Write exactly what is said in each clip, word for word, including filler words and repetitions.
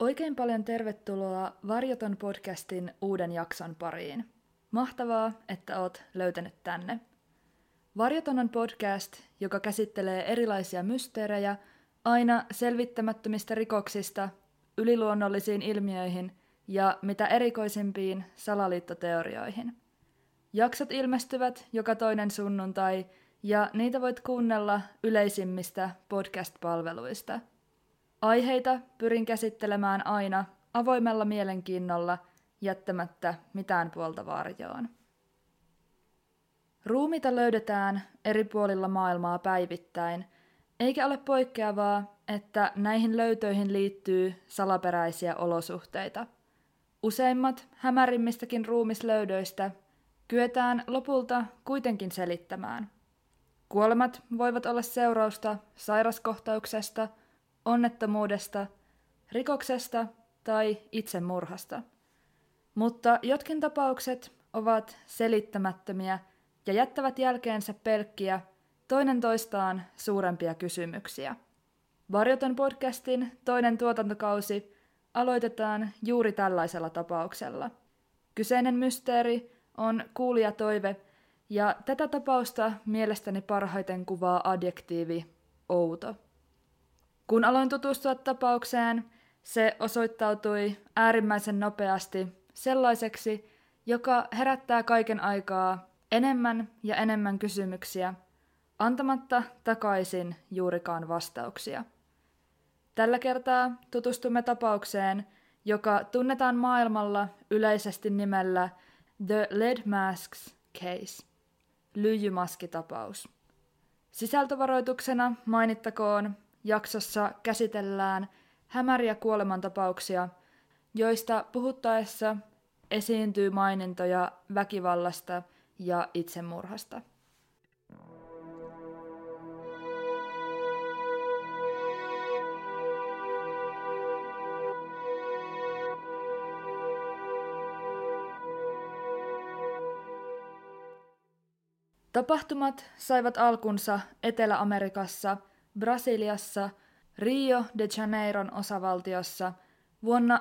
Oikein paljon tervetuloa Varjoton podcastin uuden jakson pariin. Mahtavaa, että oot löytänyt tänne. Varjoton on podcast, joka käsittelee erilaisia mysteerejä aina selvittämättömistä rikoksista, yliluonnollisiin ilmiöihin ja mitä erikoisimpiin salaliittoteorioihin. Jaksot ilmestyvät joka toinen sunnuntai ja niitä voit kuunnella yleisimmistä podcast-palveluista. Aiheita pyrin käsittelemään aina avoimella mielenkiinnolla, jättämättä mitään puolta varjoon. Ruumiita löydetään eri puolilla maailmaa päivittäin, eikä ole poikkeavaa, että näihin löytöihin liittyy salaperäisiä olosuhteita. Useimmat hämärimmistäkin ruumislöydöistä kyetään lopulta kuitenkin selittämään. Kuolemat voivat olla seurausta sairaskohtauksesta, onnettomuudesta, rikoksesta tai itsemurhasta. Mutta jotkin tapaukset ovat selittämättömiä ja jättävät jälkeensä pelkkiä, toinen toistaan suurempia kysymyksiä. Varjoton podcastin toinen tuotantokausi aloitetaan juuri tällaisella tapauksella. Kyseinen mysteeri on kuulijatoive, ja tätä tapausta mielestäni parhaiten kuvaa adjektiivi outo. Kun aloin tutustua tapaukseen, se osoittautui äärimmäisen nopeasti sellaiseksi, joka herättää kaiken aikaa enemmän ja enemmän kysymyksiä, antamatta takaisin juurikaan vastauksia. Tällä kertaa tutustumme tapaukseen, joka tunnetaan maailmalla yleisesti nimellä The Lead Masks Case, lyijymaskitapaus. Sisältövaroituksena mainittakoon, jaksossa käsitellään hämäriä kuolemantapauksia, joista puhuttaessa esiintyy mainintoja väkivallasta ja itsemurhasta. Tapahtumat saivat alkunsa Etelä-Amerikassa, Brasiliassa, Rio de Janeiron osavaltiossa vuonna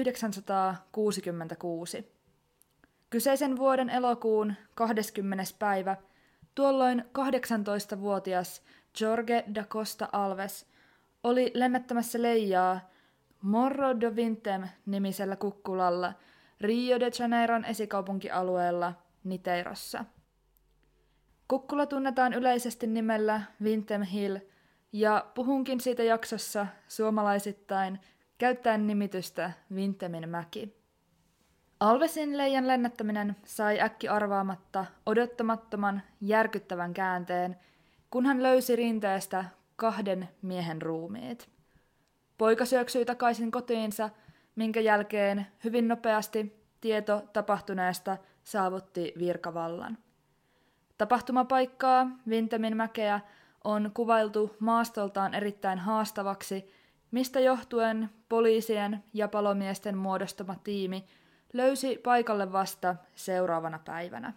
tuhatyhdeksänsataakuusikymmentäkuusi. Kyseisen vuoden elokuun kahdeskymmenes päivä tuolloin kahdeksantoistavuotias Jorge da Costa Alves oli lennättämässä leijaa Morro do Vintem-nimisellä kukkulalla Rio de Janeiron esikaupunkialueella Niteirossa. Kukkula tunnetaan yleisesti nimellä Vintem Hill, ja puhunkin siitä jaksossa suomalaisittain käyttäen nimitystä Vintemin mäki. Alvesin leijan lennättäminen sai äkki arvaamatta odottamattoman järkyttävän käänteen, kun hän löysi rinteestä kahden miehen ruumiit. Poika syöksyi takaisin kotiinsa, minkä jälkeen hyvin nopeasti tieto tapahtuneesta saavutti virkavallan. Tapahtumapaikkaa, Vintemin mäkeä, on kuvailtu maastoltaan erittäin haastavaksi, mistä johtuen poliisien ja palomiesten muodostama tiimi löysi paikalle vasta seuraavana päivänä.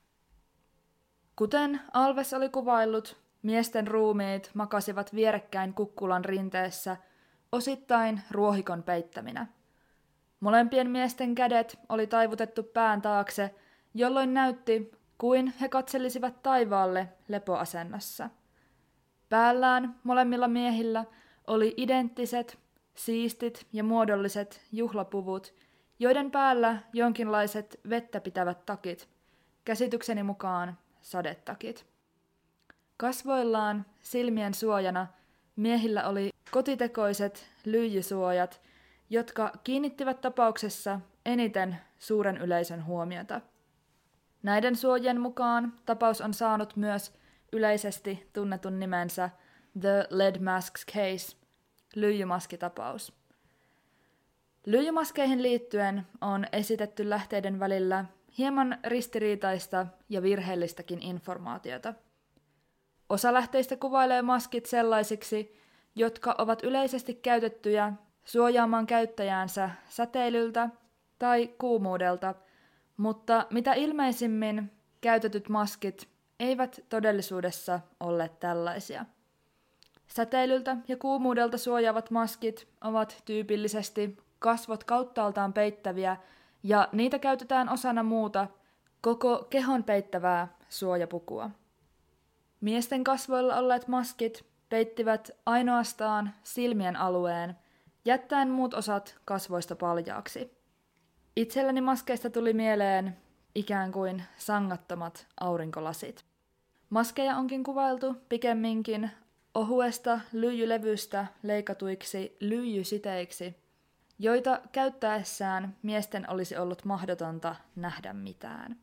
Kuten Alves oli kuvaillut, miesten ruumiit makasivat vierekkäin kukkulan rinteessä, osittain ruohikon peittäminä. Molempien miesten kädet oli taivutettu pään taakse, jolloin näytti, kuin he katselisivat taivaalle lepoasennossa. Päällään molemmilla miehillä oli identtiset, siistit ja muodolliset juhlapuvut, joiden päällä jonkinlaiset vettä pitävät takit, käsitykseni mukaan sadetakit. Kasvoillaan silmien suojana miehillä oli kotitekoiset lyijysuojat, jotka kiinnittivät tapauksessa eniten suuren yleisön huomiota. Näiden suojien mukaan tapaus on saanut myös yleisesti tunnetun nimensä The Lead Masks Case, lyijymaskitapaus. Lyijymaskeihin liittyen on esitetty lähteiden välillä hieman ristiriitaista ja virheellistäkin informaatiota. Osa lähteistä kuvailee maskit sellaisiksi, jotka ovat yleisesti käytettyjä suojaamaan käyttäjäänsä säteilyltä tai kuumuudelta, mutta mitä ilmeisimmin käytetyt maskit eivät todellisuudessa olleet tällaisia. Säteilyltä ja kuumuudelta suojaavat maskit ovat tyypillisesti kasvot kauttaaltaan peittäviä ja niitä käytetään osana muuta koko kehon peittävää suojapukua. Miesten kasvoilla olleet maskit peittivät ainoastaan silmien alueen, jättäen muut osat kasvoista paljaaksi. Itselleni maskeista tuli mieleen ikään kuin sangattomat aurinkolasit. Maskeja onkin kuvailtu pikemminkin ohuesta lyijylevystä leikatuiksi lyijysiteiksi, joita käyttäessään miesten olisi ollut mahdotonta nähdä mitään.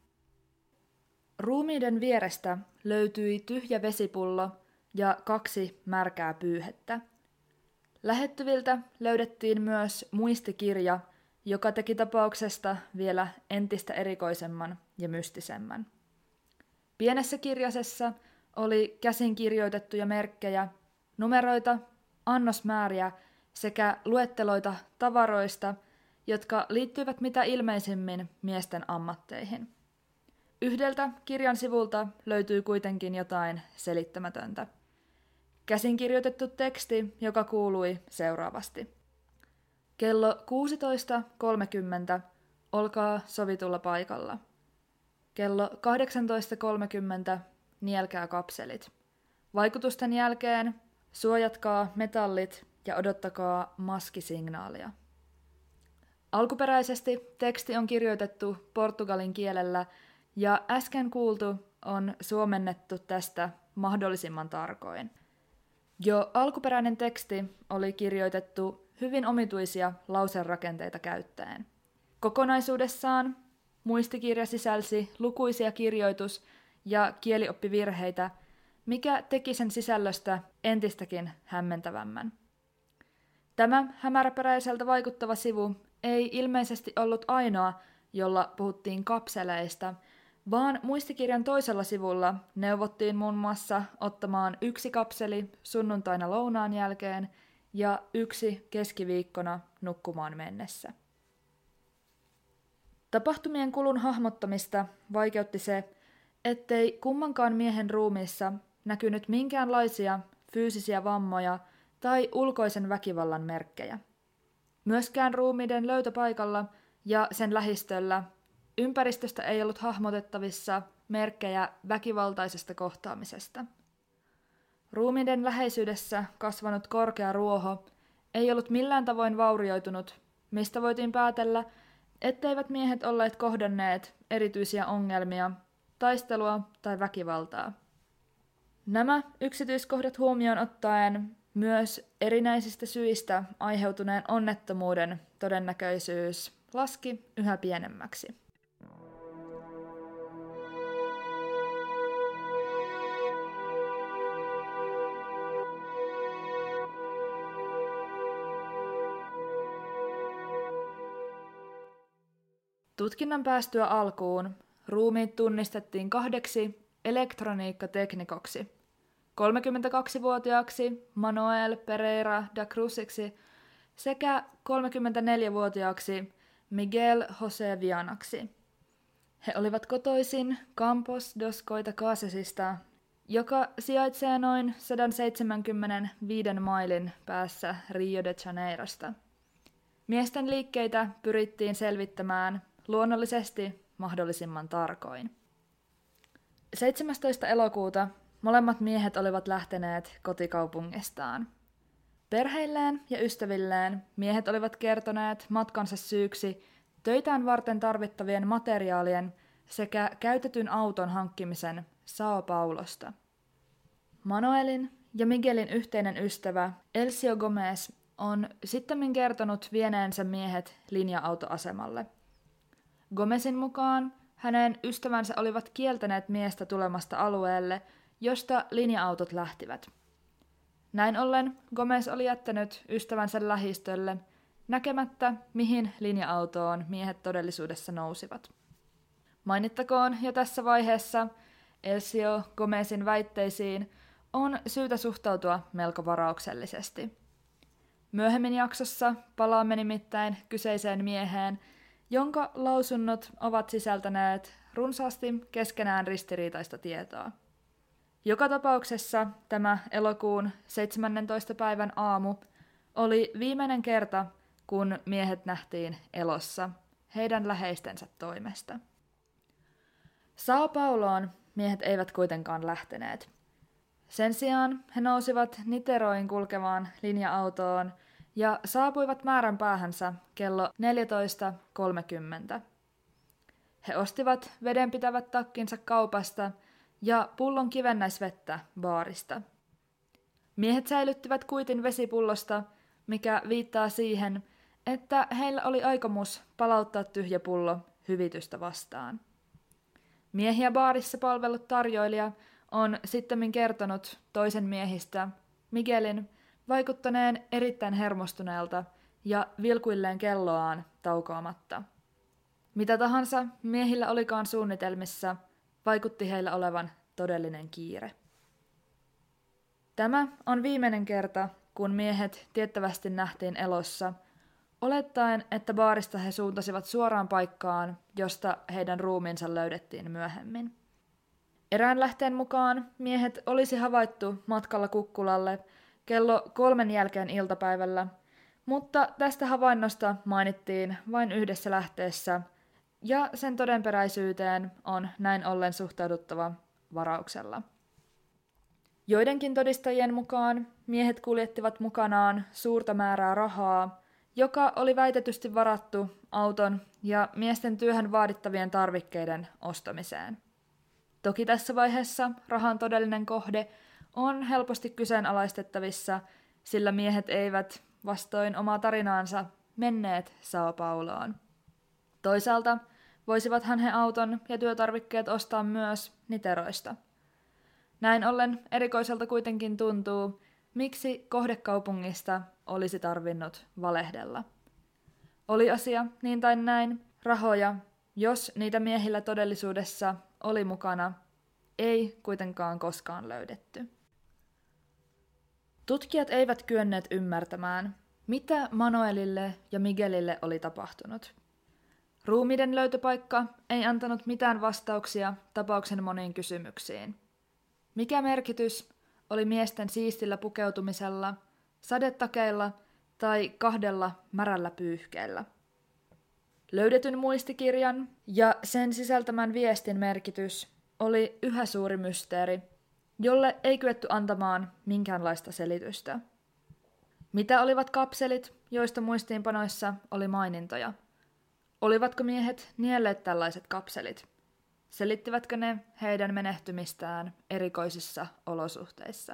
Ruumiiden vierestä löytyi tyhjä vesipullo ja kaksi märkää pyyhettä. Lähettyviltä löydettiin myös muistikirja, joka teki tapauksesta vielä entistä erikoisemman ja mystisemmän. Pienessä kirjasessa oli käsin kirjoitettuja merkkejä, numeroita, annosmääriä sekä luetteloita tavaroista, jotka liittyivät mitä ilmeisimmin miesten ammatteihin. Yhdeltä kirjan sivulta löytyy kuitenkin jotain selittämätöntä. Käsin kirjoitettu teksti, joka kuului seuraavasti. Kello kuusitoista kolmekymmentä, olkaa sovitulla paikalla. Kello kahdeksantoista kolmekymmentä, nielkää kapselit. Vaikutusten jälkeen suojatkaa metallit ja odottakaa maskisignaalia. Alkuperäisesti teksti on kirjoitettu portugalin kielellä ja äsken kuultu on suomennettu tästä mahdollisimman tarkoin. Jo alkuperäinen teksti oli kirjoitettu hyvin omituisia lauserakenteita käyttäen. Kokonaisuudessaan muistikirja sisälsi lukuisia kirjoitus- ja kielioppivirheitä, mikä teki sen sisällöstä entistäkin hämmentävämmän. Tämä hämäräperäiseltä vaikuttava sivu ei ilmeisesti ollut ainoa, jolla puhuttiin kapseleista, vaan muistikirjan toisella sivulla neuvottiin muun muassa ottamaan yksi kapseli sunnuntaina lounaan jälkeen ja yksi keskiviikkona nukkumaan mennessä. Tapahtumien kulun hahmottamista vaikeutti se, ettei kummankaan miehen ruumiissa näkynyt minkäänlaisia fyysisiä vammoja tai ulkoisen väkivallan merkkejä. Myöskään ruumiiden löytöpaikalla ja sen lähistöllä ympäristöstä ei ollut hahmotettavissa merkkejä väkivaltaisesta kohtaamisesta. Ruumiiden läheisyydessä kasvanut korkea ruoho ei ollut millään tavoin vaurioitunut, mistä voitiin päätellä, etteivät miehet olleet kohdanneet erityisiä ongelmia, taistelua tai väkivaltaa. Nämä yksityiskohdat huomioon ottaen myös erinäisistä syistä aiheutuneen onnettomuuden todennäköisyys laski yhä pienemmäksi. Tutkinnan päästyä alkuun ruumiit tunnistettiin kahdeksi elektroniikkateknikoksi, kolmekymmentäkaksivuotiaaksi Manuel Pereira da Cruziksi sekä kolmekymmentäneljävuotiaaksi Miguel José Vianaksi. He olivat kotoisin Campos dos Goitacazesista, joka sijaitsee noin sata seitsemänkymmentäviisi mailin päässä Rio de Janeirosta. Miesten liikkeitä pyrittiin selvittämään luonnollisesti mahdollisimman tarkoin. seitsemästoista elokuuta molemmat miehet olivat lähteneet kotikaupungistaan. Perheilleen ja ystävilleen miehet olivat kertoneet matkansa syyksi töitään varten tarvittavien materiaalien sekä käytetyn auton hankkimisen São Paulosta. Manuelin ja Miguelin yhteinen ystävä Elcio Gomez on sittemmin kertonut vieneensä miehet linja-autoasemalle. Gomezin mukaan hänen ystävänsä olivat kieltäneet miestä tulemasta alueelle, josta linja-autot lähtivät. Näin ollen Gomez oli jättänyt ystävänsä lähistölle, näkemättä mihin linja-autoon miehet todellisuudessa nousivat. Mainittakoon jo tässä vaiheessa Elcio Gomezin väitteisiin on syytä suhtautua melko varauksellisesti. Myöhemmin jaksossa palaamme nimittäin kyseiseen mieheen, jonka lausunnot ovat sisältäneet runsaasti keskenään ristiriitaista tietoa. Joka tapauksessa tämä elokuun seitsemännentoista päivän aamu oli viimeinen kerta, kun miehet nähtiin elossa heidän läheistensä toimesta. Sao Pauloon miehet eivät kuitenkaan lähteneet. Sen sijaan he nousivat Niteroin kulkevaan linja-autoon ja saapuivat määränpäähänsä kello neljätoista kolmekymmentä. He ostivat vedenpitävät takkinsa kaupasta ja pullon kivennäisvettä baarista. Miehet säilyttivät kuitin vesipullosta, mikä viittaa siihen, että heillä oli aikomus palauttaa tyhjä pullo hyvitystä vastaan. Miehiä baarissa palvellut tarjoilija on sittemmin kertonut toisen miehistä, Miguelin, vaikuttaneen erittäin hermostuneelta ja vilkuilleen kelloaan taukoamatta. Mitä tahansa miehillä olikaan suunnitelmissa, vaikutti heillä olevan todellinen kiire. Tämä on viimeinen kerta, kun miehet tiettävästi nähtiin elossa, olettaen, että baarista he suuntasivat suoraan paikkaan, josta heidän ruumiinsa löydettiin myöhemmin. Erään lähteen mukaan miehet olisi havaittu matkalla kukkulalle kello kolmen jälkeen iltapäivällä, mutta tästä havainnosta mainittiin vain yhdessä lähteessä, ja sen todenperäisyyteen on näin ollen suhtauduttava varauksella. Joidenkin todistajien mukaan miehet kuljettivat mukanaan suurta määrää rahaa, joka oli väitetysti varattu auton ja miesten työhön vaadittavien tarvikkeiden ostamiseen. Toki tässä vaiheessa rahan todellinen kohde on helposti kyseenalaistettavissa, sillä miehet eivät, vastoin omaa tarinaansa, menneet Sao Pauloon. Toisaalta voisivathan he auton ja työtarvikkeet ostaa myös Niteroista. Näin ollen erikoiselta kuitenkin tuntuu, miksi kohdekaupungista olisi tarvinnut valehdella. Oli asia niin tai näin, rahoja, jos niitä miehillä todellisuudessa oli mukana, ei kuitenkaan koskaan löydetty. Tutkijat eivät kyenneet ymmärtämään, mitä Manuelille ja Miguelille oli tapahtunut. Ruumiiden löytöpaikka ei antanut mitään vastauksia tapauksen moniin kysymyksiin. Mikä merkitys oli miesten siistillä pukeutumisella, sadetakeilla tai kahdella märällä pyyhkeellä? Löydetyn muistikirjan ja sen sisältämän viestin merkitys oli yhä suuri mysteeri, jolle ei kyetty antamaan minkäänlaista selitystä. Mitä olivat kapselit, joista muistiinpanoissa oli mainintoja? Olivatko miehet nielleet tällaiset kapselit? Selittivätkö ne heidän menehtymistään erikoisissa olosuhteissa?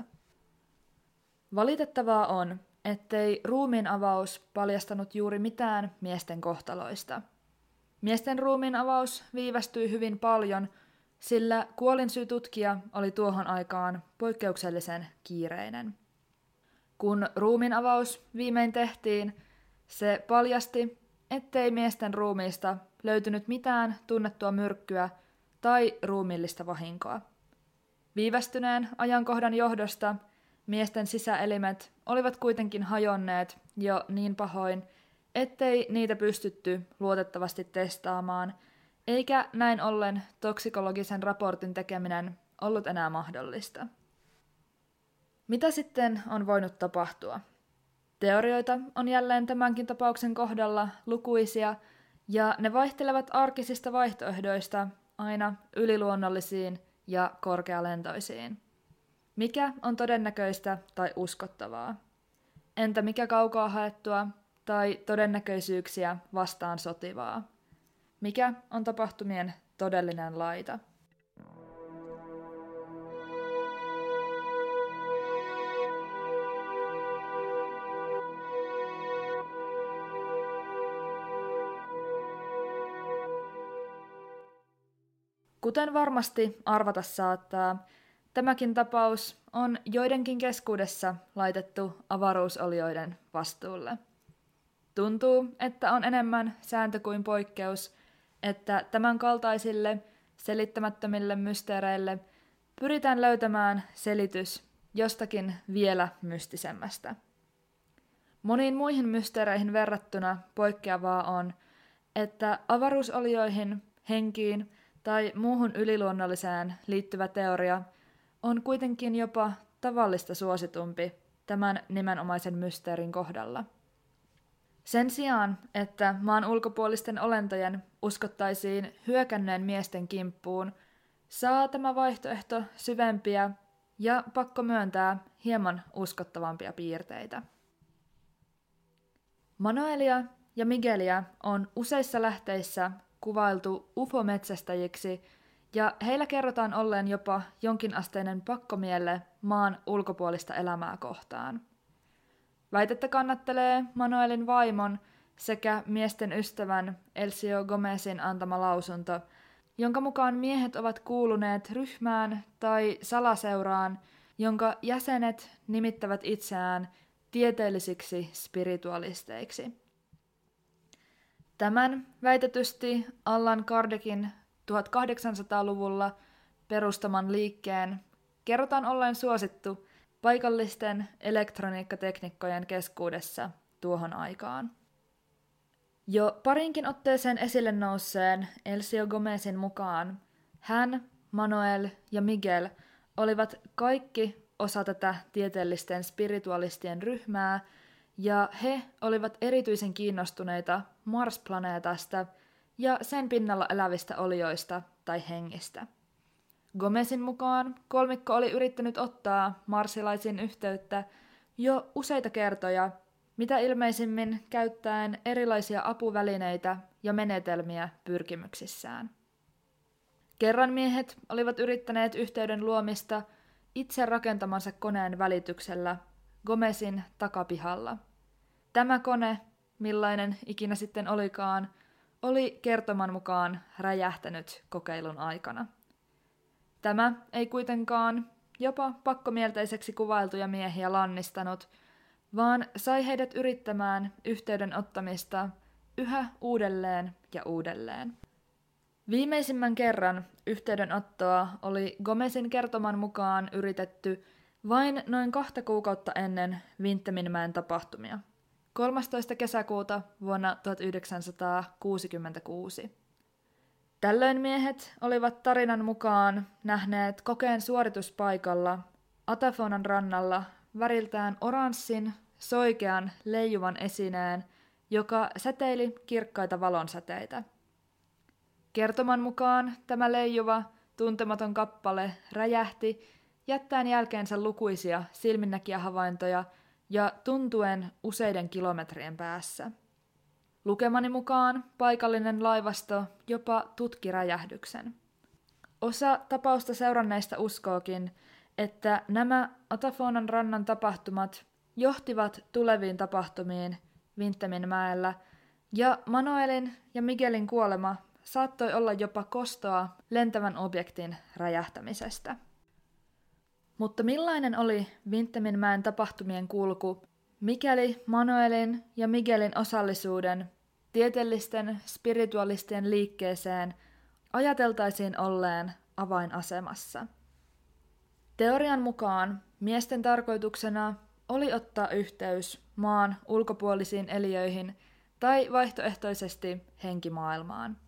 Valitettavaa on, ettei ruumiin avaus paljastanut juuri mitään miesten kohtaloista. Miesten ruumiin avaus viivästyi hyvin paljon, sillä kuolinsyytutkija oli tuohon aikaan poikkeuksellisen kiireinen. Kun ruumiin avaus viimein tehtiin, se paljasti, ettei miesten ruumiista löytynyt mitään tunnettua myrkkyä tai ruumiillista vahinkoa. Viivästyneen ajankohdan johdosta miesten sisäelimet olivat kuitenkin hajonneet jo niin pahoin, ettei niitä pystytty luotettavasti testaamaan, eikä näin ollen toksikologisen raportin tekeminen ollut enää mahdollista. Mitä sitten on voinut tapahtua? Teorioita on jälleen tämänkin tapauksen kohdalla lukuisia, ja ne vaihtelevat arkisista vaihtoehdoista aina yliluonnollisiin ja korkealentoisiin. Mikä on todennäköistä tai uskottavaa? Entä mikä kaukaa haettua tai todennäköisyyksiä vastaan sotivaa? Mikä on tapahtumien todellinen laita? Kuten varmasti arvata saattaa, tämäkin tapaus on joidenkin keskuudessa laitettu avaruusolioiden vastuulle. Tuntuu, että on enemmän sääntö kuin poikkeus, että tämän kaltaisille selittämättömille mysteereille pyritään löytämään selitys jostakin vielä mystisemmästä. Moniin muihin mysteereihin verrattuna poikkeavaa on, että avaruusolioihin, henkiin tai muuhun yliluonnolliseen liittyvä teoria on kuitenkin jopa tavallista suositumpi tämän nimenomaisen mysteerin kohdalla. Sen sijaan, että maan ulkopuolisten olentojen uskottaisiin hyökänneen miesten kimppuun, saa tämä vaihtoehto syvempiä ja pakko myöntää hieman uskottavampia piirteitä. Manuelia ja Miguelia on useissa lähteissä kuvailtu ufometsästäjiksi, ja heillä kerrotaan olleen jopa jonkinasteinen pakkomielle maan ulkopuolista elämää kohtaan. Väitettä kannattelee Manuelin vaimon sekä miesten ystävän Elcio Gomezin antama lausunto, jonka mukaan miehet ovat kuuluneet ryhmään tai salaseuraan, jonka jäsenet nimittävät itseään tieteellisiksi spiritualisteiksi. Tämän väitetysti Allan Kardecin tuhatkahdeksansataaluvulla perustaman liikkeen kerrotaan olleen suosittu paikallisten elektroniikkateknikkojen keskuudessa tuohon aikaan. Jo parinkin otteeseen esille nousseen Elcio Gomezin mukaan hän, Manuel ja Miguel olivat kaikki osa tätä tieteellisten spiritualistien ryhmää, ja he olivat erityisen kiinnostuneita Mars-planeetasta ja sen pinnalla elävistä olioista tai hengistä. Gomezin mukaan kolmikko oli yrittänyt ottaa marsilaisiin yhteyttä jo useita kertoja, mitä ilmeisimmin käyttäen erilaisia apuvälineitä ja menetelmiä pyrkimyksissään. Kerran miehet olivat yrittäneet yhteyden luomista itse rakentamansa koneen välityksellä Gomezin takapihalla. Tämä kone, millainen ikinä sitten olikaan, oli kertoman mukaan räjähtänyt kokeilun aikana. Tämä ei kuitenkaan jopa pakkomielteiseksi kuvailtuja miehiä lannistanut, vaan sai heidät yrittämään yhteyden ottamista yhä uudelleen ja uudelleen. Viimeisimmän kerran yhteydenottoa oli Gomezin kertoman mukaan yritetty vain noin kahta kuukautta ennen Vinteminmäen tapahtumia, kolmastoista kesäkuuta vuonna tuhatyhdeksänsataakuusikymmentäkuusi. Tällöin miehet olivat tarinan mukaan nähneet kokeen suorituspaikalla Atafonan rannalla väriltään oranssin, soikean, leijuvan esineen, joka säteili kirkkaita valonsäteitä. Kertoman mukaan tämä leijuva, tuntematon kappale räjähti jättäen jälkeensä lukuisia silminnäkijähavaintoja ja tuntuen useiden kilometrien päässä. Lukemani mukaan paikallinen laivasto jopa tutki räjähdyksen. Osa tapausta seuranneista uskookin, että nämä Atafonan rannan tapahtumat johtivat tuleviin tapahtumiin Vinteminmäellä, ja Manuelin ja Miguelin kuolema saattoi olla jopa kostoa lentävän objektin räjähtämisestä. Mutta millainen oli Vinteminmäen tapahtumien kulku, mikäli Manuelin ja Miguelin osallisuuden tieteellisten spiritualistien liikkeeseen ajateltaisiin olleen avainasemassa? Teorian mukaan miesten tarkoituksena oli ottaa yhteys maan ulkopuolisiin eliöihin tai vaihtoehtoisesti henkimaailmaan.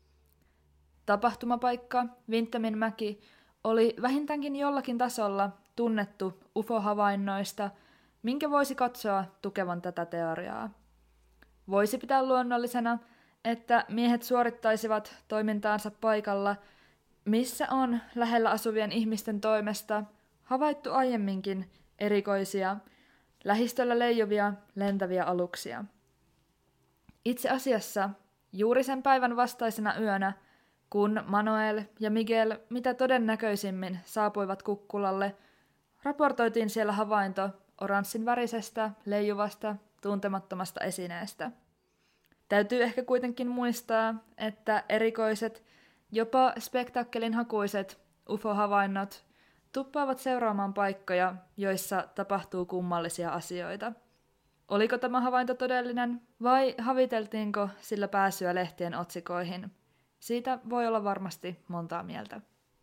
Tapahtumapaikka Vinteminmäki oli vähintäänkin jollakin tasolla tunnettu U F O-havainnoista, minkä voisi katsoa tukevan tätä teoriaa. Voisi pitää luonnollisena, että miehet suorittaisivat toimintaansa paikalla, missä on lähellä asuvien ihmisten toimesta havaittu aiemminkin erikoisia, lähistöllä leijuvia, lentäviä aluksia. Itse asiassa juuri sen päivän vastaisena yönä, kun Manuel ja Miguel mitä todennäköisimmin saapuivat kukkulalle, raportoitiin siellä havainto oranssin värisestä, leijuvasta, tuntemattomasta esineestä. Täytyy ehkä kuitenkin muistaa, että erikoiset, jopa spektakkelin hakuiset U F O-havainnot tuppaavat seuraamaan paikkoja, joissa tapahtuu kummallisia asioita. Oliko tämä havainto todellinen vai haviteltiinko sillä pääsyä lehtien otsikoihin? Siitä voi olla varmasti montaa mieltä.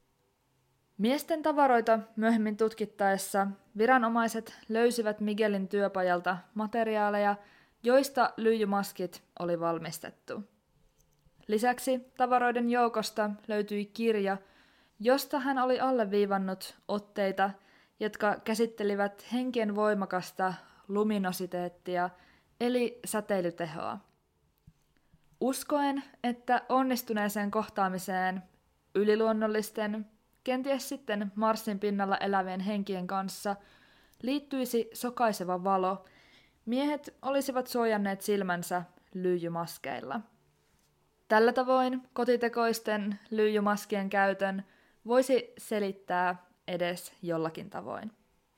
Miesten tavaroita myöhemmin tutkittaessa viranomaiset löysivät Miguelin työpajalta materiaaleja, joista lyijymaskit oli valmistettu. Lisäksi tavaroiden joukosta löytyi kirja, josta hän oli alleviivannut otteita, jotka käsittelivät henkien voimakasta luminositeettia, eli säteilytehoa. Uskoen, että onnistuneeseen kohtaamiseen yliluonnollisten, kenties sitten Marsin pinnalla elävien henkien kanssa liittyisi sokaiseva valo, miehet olisivat suojanneet silmänsä lyijymaskeilla. Tällä tavoin kotitekoisten lyijymaskien käytön voisi selittää edes jollakin tavoin.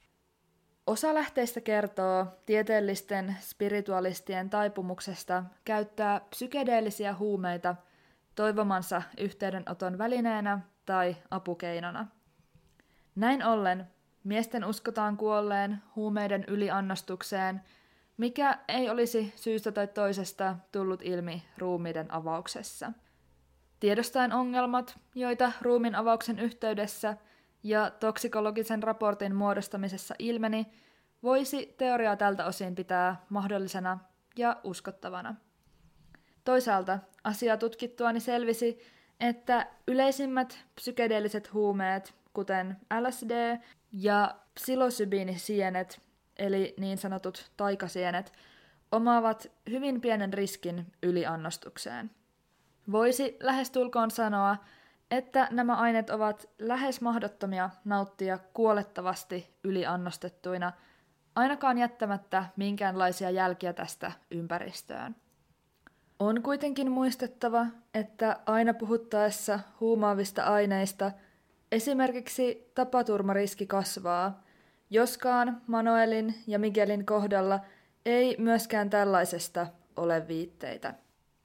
Osa lähteistä kertoo tieteellisten spiritualistien taipumuksesta käyttää psykedeellisiä huumeita toivomansa yhteydenoton välineenä tai apukeinona. Näin ollen miesten uskotaan kuolleen huumeiden yliannostukseen, mikä ei olisi syystä tai toisesta tullut ilmi ruumiiden avauksessa. Tiedostaen ongelmat, joita ruumin avauksen yhteydessä ja toksikologisen raportin muodostamisessa ilmeni, voisi teoriaa tältä osin pitää mahdollisena ja uskottavana. Toisaalta asiaa tutkittuani selvisi, että yleisimmät psykedeelliset huumeet, kuten L S D ja psilosybiinisienet, eli niin sanotut taikasienet, omaavat hyvin pienen riskin yliannostukseen. Voisi lähestulkoon sanoa, että nämä aineet ovat lähes mahdottomia nauttia kuolettavasti yliannostettuina, ainakaan jättämättä minkäänlaisia jälkiä tästä ympäristöön. On kuitenkin muistettava, että aina puhuttaessa huumaavista aineista esimerkiksi tapaturmariski kasvaa, joskaan Manuelin ja Miguelin kohdalla ei myöskään tällaisesta ole viitteitä.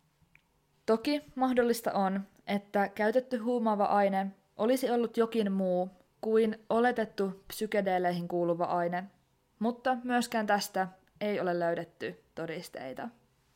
Toki mahdollista on, että käytetty huumaava aine olisi ollut jokin muu kuin oletettu psykedeeleihin kuuluva aine, mutta myöskään tästä ei ole löydetty todisteita.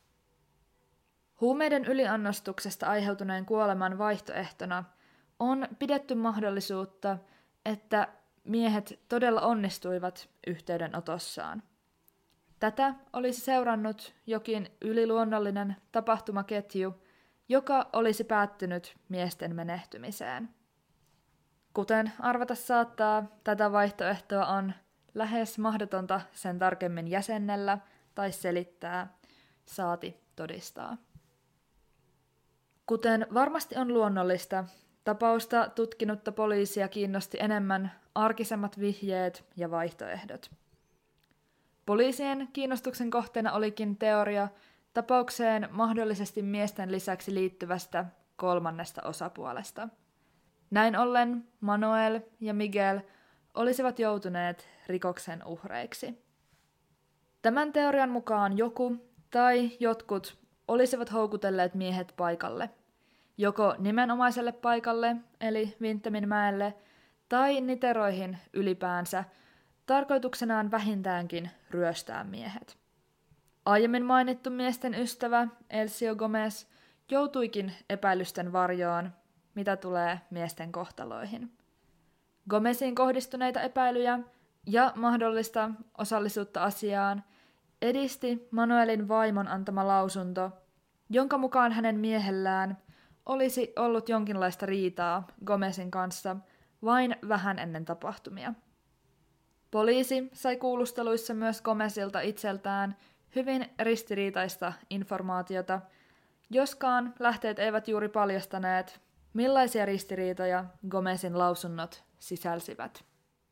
Huumeiden yliannostuksesta aiheutuneen kuoleman vaihtoehtona on pidetty mahdollisuutta, että miehet todella onnistuivat yhteydenotossaan. Tätä olisi seurannut jokin yliluonnollinen tapahtumaketju, joka olisi päättynyt miesten menehtymiseen. Kuten arvata saattaa, tätä vaihtoehtoa on lähes mahdotonta sen tarkemmin jäsennellä tai selittää, saati todistaa. Kuten varmasti on luonnollista, tapausta tutkinutta poliisia kiinnosti enemmän arkisemmat vihjeet ja vaihtoehdot. Poliisien kiinnostuksen kohteena olikin teoria tapaukseen mahdollisesti miesten lisäksi liittyvästä kolmannesta osapuolesta. Näin ollen Manuel ja Miguel olisivat joutuneet rikoksen uhreiksi. Tämän teorian mukaan joku tai jotkut olisivat houkutelleet miehet paikalle, joko nimenomaiselle paikalle, eli Vinteminmäelle, tai niteroihin ylipäänsä, tarkoituksenaan vähintäänkin ryöstää miehet. Aiemmin mainittu miesten ystävä Elcio Gomez joutuikin epäilysten varjoon, mitä tulee miesten kohtaloihin. Gomezin kohdistuneita epäilyjä ja mahdollista osallisuutta asiaan edisti Manuelin vaimon antama lausunto, jonka mukaan hänen miehellään olisi ollut jonkinlaista riitaa Gomezin kanssa vain vähän ennen tapahtumia. Poliisi sai kuulusteluissa myös Gomezilta itseltään hyvin ristiriitaista informaatiota, joskaan lähteet eivät juuri paljastaneet, millaisia ristiriitoja Gomezin lausunnot sisälsivät.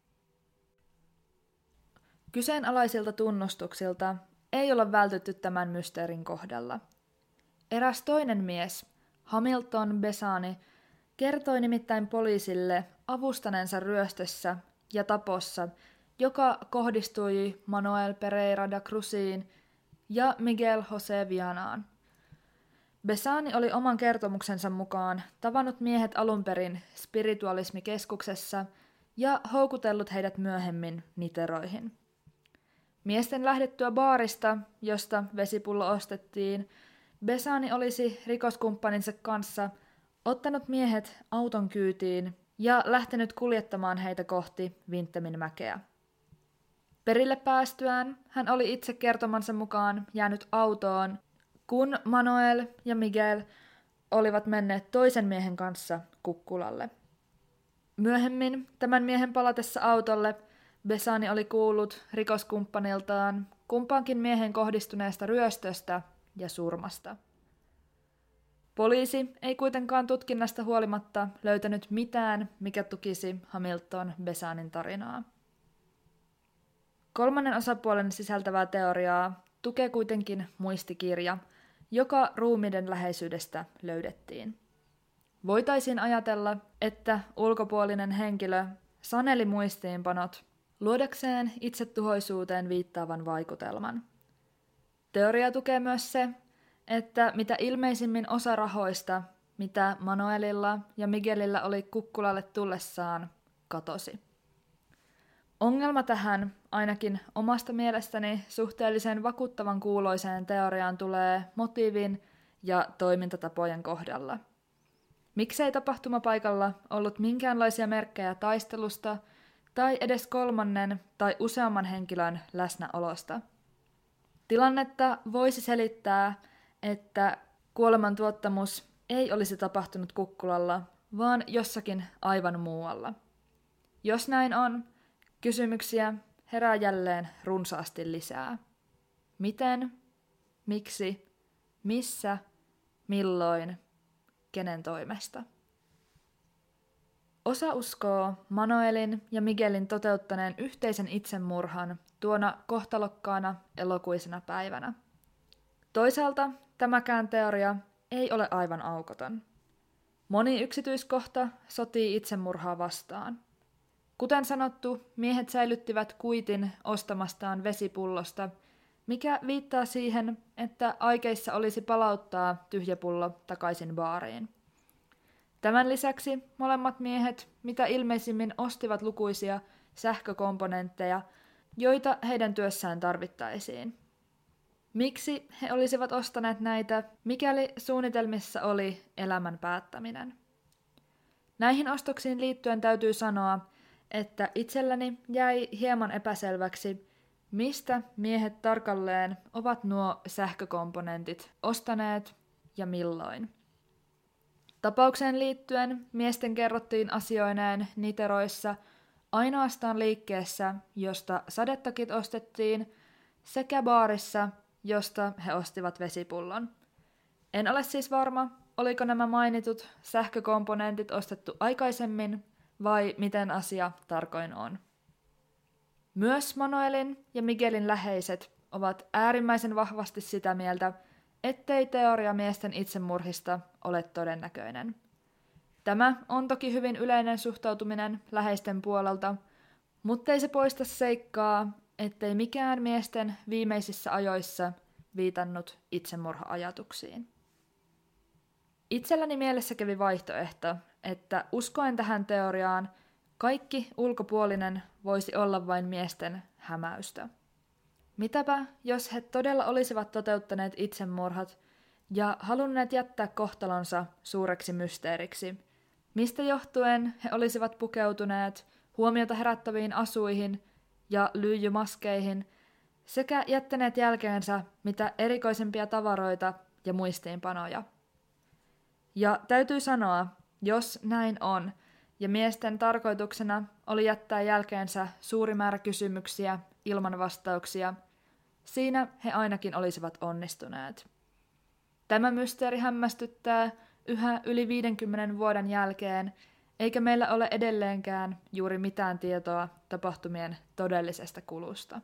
Kyseenalaisilta tunnustuksilta ei ole vältytty tämän mysteerin kohdalla. Eräs toinen mies, Hamilton Besani, kertoi nimittäin poliisille avustaneensa ryöstössä ja tapossa, joka kohdistui Manuel Pereira da Cruziin ja Miguel José Vianaan. Besani oli oman kertomuksensa mukaan tavannut miehet alun perin spiritualismikeskuksessa ja houkutellut heidät myöhemmin niteroihin. Miesten lähdettyä baarista, josta vesipullo ostettiin, Besani olisi rikoskumppaninsa kanssa ottanut miehet auton kyytiin ja lähtenyt kuljettamaan heitä kohti Vinteminmäkeä. Perille päästyään hän oli itse kertomansa mukaan jäänyt autoon, kun Manuel ja Miguel olivat menneet toisen miehen kanssa kukkulalle. Myöhemmin tämän miehen palatessa autolle Besani oli kuullut rikoskumppaniltaan, kumpaankin miehen kohdistuneesta ryöstöstä ja surmasta. Poliisi ei kuitenkaan tutkinnasta huolimatta löytänyt mitään, mikä tukisi Hamilton Besanin tarinaa. Kolmannen osapuolen sisältävää teoriaa tukee kuitenkin muistikirja, joka ruumiiden läheisyydestä löydettiin. Voitaisiin ajatella, että ulkopuolinen henkilö saneli muistiinpanot luodakseen itsetuhoisuuteen viittaavan vaikutelman. Teoria tukee myös se, että mitä ilmeisimmin osa rahoista, mitä Manuelilla ja Miguelillä oli kukkulalle tullessaan, katosi. Ongelma tähän, ainakin omasta mielestäni suhteellisen vakuuttavan kuuloiseen teoriaan tulee motiivin ja toimintatapojen kohdalla. Miksei tapahtumapaikalla ollut minkäänlaisia merkkejä taistelusta tai edes kolmannen tai useamman henkilön läsnäolosta? Tilannetta voisi selittää, että kuolemantuottamus ei olisi tapahtunut kukkulalla, vaan jossakin aivan muualla. Jos näin on, kysymyksiä herää jälleen runsaasti lisää. Miten? Miksi? Missä? Milloin? Kenen toimesta? Osa uskoo Manuelin ja Miguelin toteuttaneen yhteisen itsemurhan tuona kohtalokkaana elokuisena päivänä. Toisaalta tämäkään teoria ei ole aivan aukoton. Moni yksityiskohta sotii itsemurhaa vastaan. Kuten sanottu, miehet säilyttivät kuitin ostamastaan vesipullosta, mikä viittaa siihen, että aikeissa olisi palauttaa tyhjä pullo takaisin baariin. Tämän lisäksi molemmat miehet mitä ilmeisimmin ostivat lukuisia sähkökomponentteja, joita heidän työssään tarvittaisiin. Miksi he olisivat ostaneet näitä, mikäli suunnitelmissa oli elämän päättäminen? Näihin ostoksiin liittyen täytyy sanoa, että itselläni jäi hieman epäselväksi, mistä miehet tarkalleen ovat nuo sähkökomponentit ostaneet ja milloin. Tapaukseen liittyen miesten kerrottiin asioineen Niteroissa ainoastaan liikkeessä, josta sadetakit ostettiin, sekä baarissa, josta he ostivat vesipullon. En ole siis varma, oliko nämä mainitut sähkökomponentit ostettu aikaisemmin vai miten asia tarkoin on. Myös Manuelin ja Miguelin läheiset ovat äärimmäisen vahvasti sitä mieltä, ettei teoria miesten itsemurhista ole todennäköinen. Tämä on toki hyvin yleinen suhtautuminen läheisten puolelta, mutta ei se poista seikkaa, ettei mikään miesten viimeisissä ajoissa viitannut itsemurha-ajatuksiin. Itselläni mielessä kävi vaihtoehto, että uskoen tähän teoriaan kaikki ulkopuolinen voisi olla vain miesten hämäystä. Mitäpä, jos he todella olisivat toteuttaneet itsemurhat ja halunneet jättää kohtalonsa suureksi mysteeriksi, mistä johtuen he olisivat pukeutuneet huomiota herättäviin asuihin ja lyijymaskeihin sekä jättäneet jälkeensä mitä erikoisempia tavaroita ja muistiinpanoja. Ja täytyy sanoa, jos näin on, ja miesten tarkoituksena oli jättää jälkeensä suuri määrä kysymyksiä ilman vastauksia, siinä he ainakin olisivat onnistuneet. Tämä mysteeri hämmästyttää yhä yli viidenkymmenen vuoden jälkeen, eikä meillä ole edelleenkään juuri mitään tietoa tapahtumien todellisesta kulusta.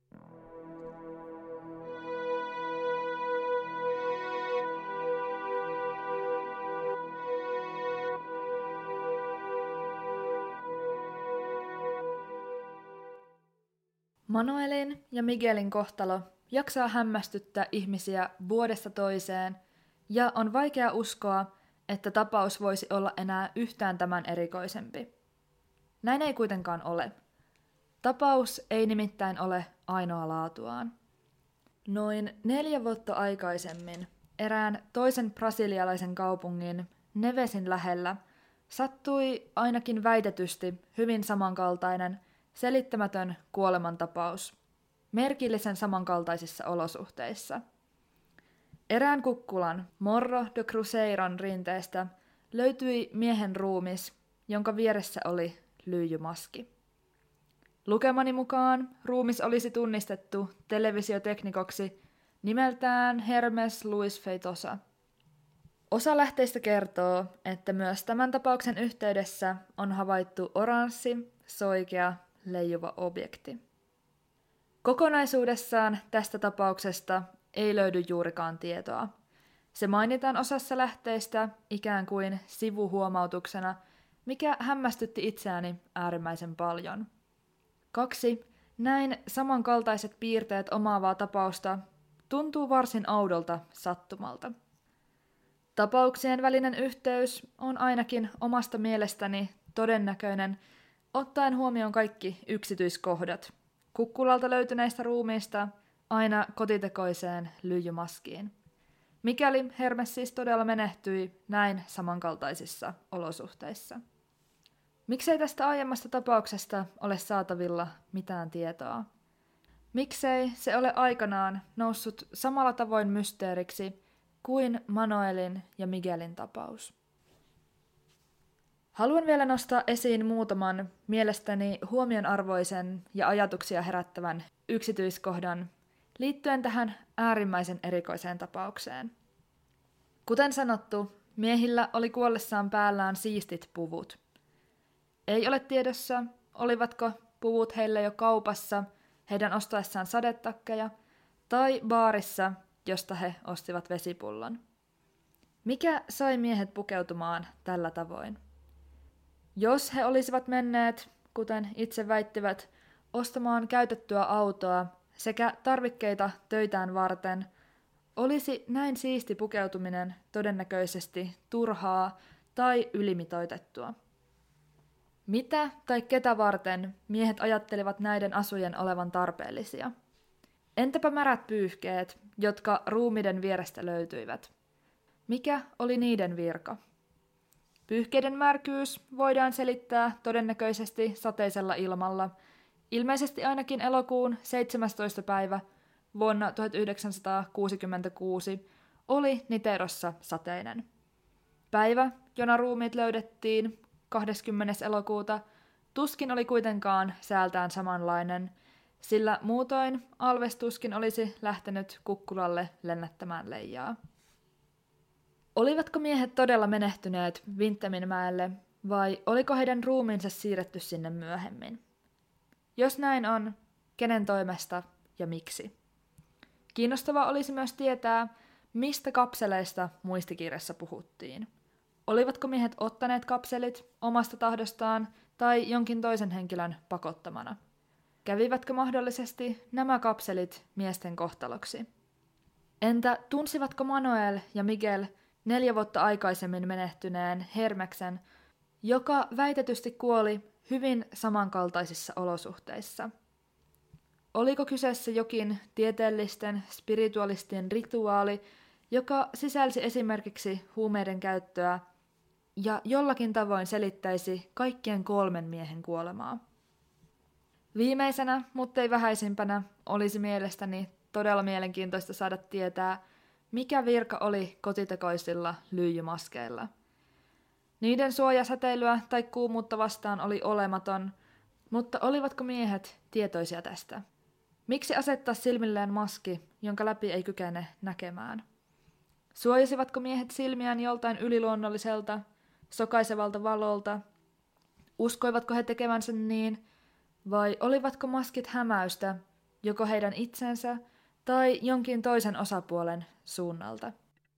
Manuelin ja Miguelin kohtalo jaksaa hämmästyttää ihmisiä vuodesta toiseen, ja on vaikea uskoa, että tapaus voisi olla enää yhtään tämän erikoisempi. Näin ei kuitenkaan ole. Tapaus ei nimittäin ole ainoa laatuaan. Noin neljä vuotta aikaisemmin erään toisen brasilialaisen kaupungin Nevesin lähellä sattui ainakin väitetysti hyvin samankaltainen selittämätön kuolemantapaus, merkillisen samankaltaisissa olosuhteissa. Erään kukkulan Morro do Cruzeiron rinteestä löytyi miehen ruumis, jonka vieressä oli lyijymaski. Lukemani mukaan ruumis olisi tunnistettu televisioteknikoksi nimeltään Hermes Luis Feitosa. Osa lähteistä kertoo, että myös tämän tapauksen yhteydessä on havaittu oranssi, soikea, leijuva objekti. Kokonaisuudessaan tästä tapauksesta ei löydy juurikaan tietoa. Se mainitaan osassa lähteistä ikään kuin sivuhuomautuksena, mikä hämmästytti itseäni äärimmäisen paljon. Kaksi näin samankaltaiset piirteet omaavaa tapausta tuntuu varsin oudolta sattumalta. Tapauksien välinen yhteys on ainakin omasta mielestäni todennäköinen, ottaen huomioon kaikki yksityiskohdat, kukkulalta löytyneistä ruumiista aina kotitekoiseen lyijymaskiin. Mikäli Hermes siis todella menehtyi näin samankaltaisissa olosuhteissa. Miksei tästä aiemmasta tapauksesta ole saatavilla mitään tietoa? Miksei se ole aikanaan noussut samalla tavoin mysteeriksi kuin Manuelin ja Miguelin tapaus? Haluan vielä nostaa esiin muutaman mielestäni huomionarvoisen ja ajatuksia herättävän yksityiskohdan liittyen tähän äärimmäisen erikoiseen tapaukseen. Kuten sanottu, miehillä oli kuollessaan päällään siistit puvut. Ei ole tiedossa, olivatko puvut heille jo kaupassa heidän ostaessaan sadetakkeja tai baarissa, josta he ostivat vesipullon. Mikä sai miehet pukeutumaan tällä tavoin? Jos he olisivat menneet, kuten itse väittivät, ostamaan käytettyä autoa sekä tarvikkeita töitään varten, olisi näin siisti pukeutuminen todennäköisesti turhaa tai ylimitoitettua. Mitä tai ketä varten miehet ajattelivat näiden asujen olevan tarpeellisia? Entäpä märät pyyhkeet, jotka ruumiiden vierestä löytyivät? Mikä oli niiden virka? Pyyhkeiden märkyys voidaan selittää todennäköisesti sateisella ilmalla, ilmeisesti ainakin elokuun seitsemästoista päivä vuonna tuhatyhdeksänsataakuusikymmentäkuusi oli Niterossa sateinen. Päivä, jona ruumiit löydettiin kahdeskymmenes elokuuta, tuskin oli kuitenkaan säältään samanlainen, sillä muutoin Alves tuskin olisi lähtenyt kukkulalle lennättämään leijaa. Olivatko miehet todella menehtyneet Vinteminmäelle vai oliko heidän ruumiinsa siirretty sinne myöhemmin? Jos näin on, kenen toimesta ja miksi? Kiinnostavaa olisi myös tietää, mistä kapseleista muistikirjassa puhuttiin. Olivatko miehet ottaneet kapselit omasta tahdostaan tai jonkin toisen henkilön pakottamana? Kävivätkö mahdollisesti nämä kapselit miesten kohtaloksi? Entä tunsivatko Manuel ja Miguel neljä vuotta aikaisemmin menehtyneen Hermeksen, joka väitetysti kuoli hyvin samankaltaisissa olosuhteissa? Oliko kyseessä jokin tieteellisten spiritualistien rituaali, joka sisälsi esimerkiksi huumeiden käyttöä ja jollakin tavoin selittäisi kaikkien kolmen miehen kuolemaa? Viimeisenä, mutta ei vähäisimpänä, olisi mielestäni todella mielenkiintoista saada tietää, mikä virka oli kotitekoisilla lyijymaskeilla. Niiden suoja säteilyä tai kuumuutta vastaan oli olematon, mutta olivatko miehet tietoisia tästä? Miksi asettaa silmilleen maski, jonka läpi ei kykene näkemään? Suojasivatko miehet silmiään joltain yliluonnolliselta, sokaisevalta valolta? Uskoivatko he tekevänsä niin, vai olivatko maskit hämäystä, joko heidän itsensä tai jonkin toisen osapuolen suunnalta?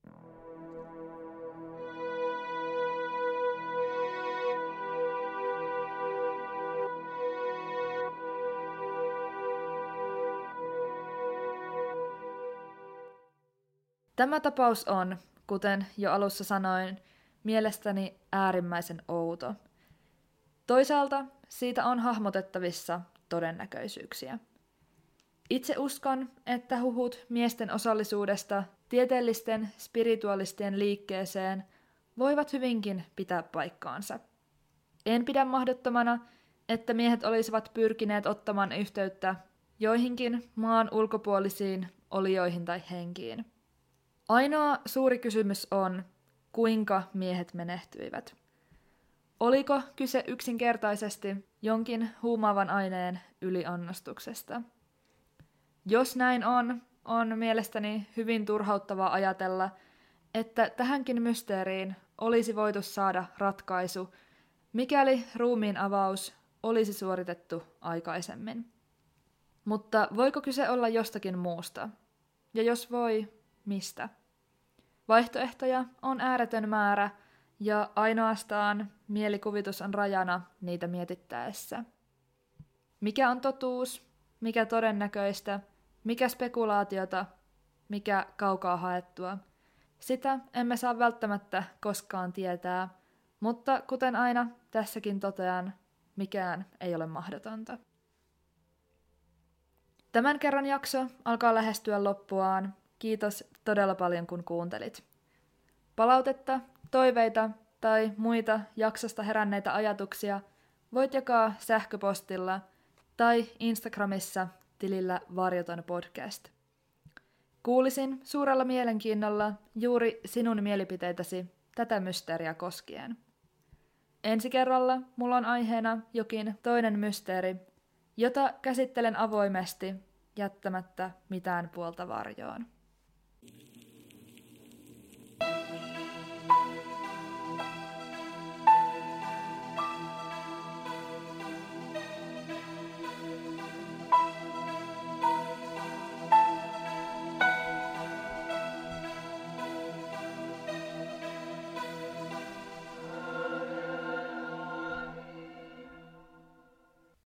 Tämä tapaus on, kuten jo alussa sanoin, mielestäni äärimmäisen outo. Toisaalta siitä on hahmotettavissa todennäköisyyksiä. Itse uskon, että huhut miesten osallisuudesta tieteellisten spiritualistien liikkeeseen voivat hyvinkin pitää paikkaansa. En pidä mahdottomana, että miehet olisivat pyrkineet ottamaan yhteyttä joihinkin maan ulkopuolisiin olioihin tai henkiin. Ainoa suuri kysymys on, kuinka miehet menehtyivät. Oliko kyse yksinkertaisesti jonkin huumaavan aineen yliannostuksesta? Jos näin on, on mielestäni hyvin turhauttavaa ajatella, että tähänkin mysteeriin olisi voitu saada ratkaisu, mikäli ruumiin avaus olisi suoritettu aikaisemmin. Mutta voiko kyse olla jostakin muusta? Ja jos voi, mistä? Vaihtoehtoja on ääretön määrä, ja ainoastaan mielikuvitus on rajana niitä mietittäessä. Mikä on totuus, mikä todennäköistä, mikä spekulaatiota, mikä kaukaa haettua? Sitä emme saa välttämättä koskaan tietää, mutta kuten aina tässäkin totean, mikään ei ole mahdotonta. Tämän kerran jakso alkaa lähestyä loppuaan. Kiitos todella paljon kun kuuntelit. Palautetta, toiveita tai muita jaksosta heränneitä ajatuksia voit jakaa sähköpostilla tai Instagramissa tilillä Varjoton podcast. Kuulisin suurella mielenkiinnolla juuri sinun mielipiteitäsi tätä mysteeriä koskien. Ensi kerralla mulla on aiheena jokin toinen mysteeri, jota käsittelen avoimesti jättämättä mitään puolta varjoon.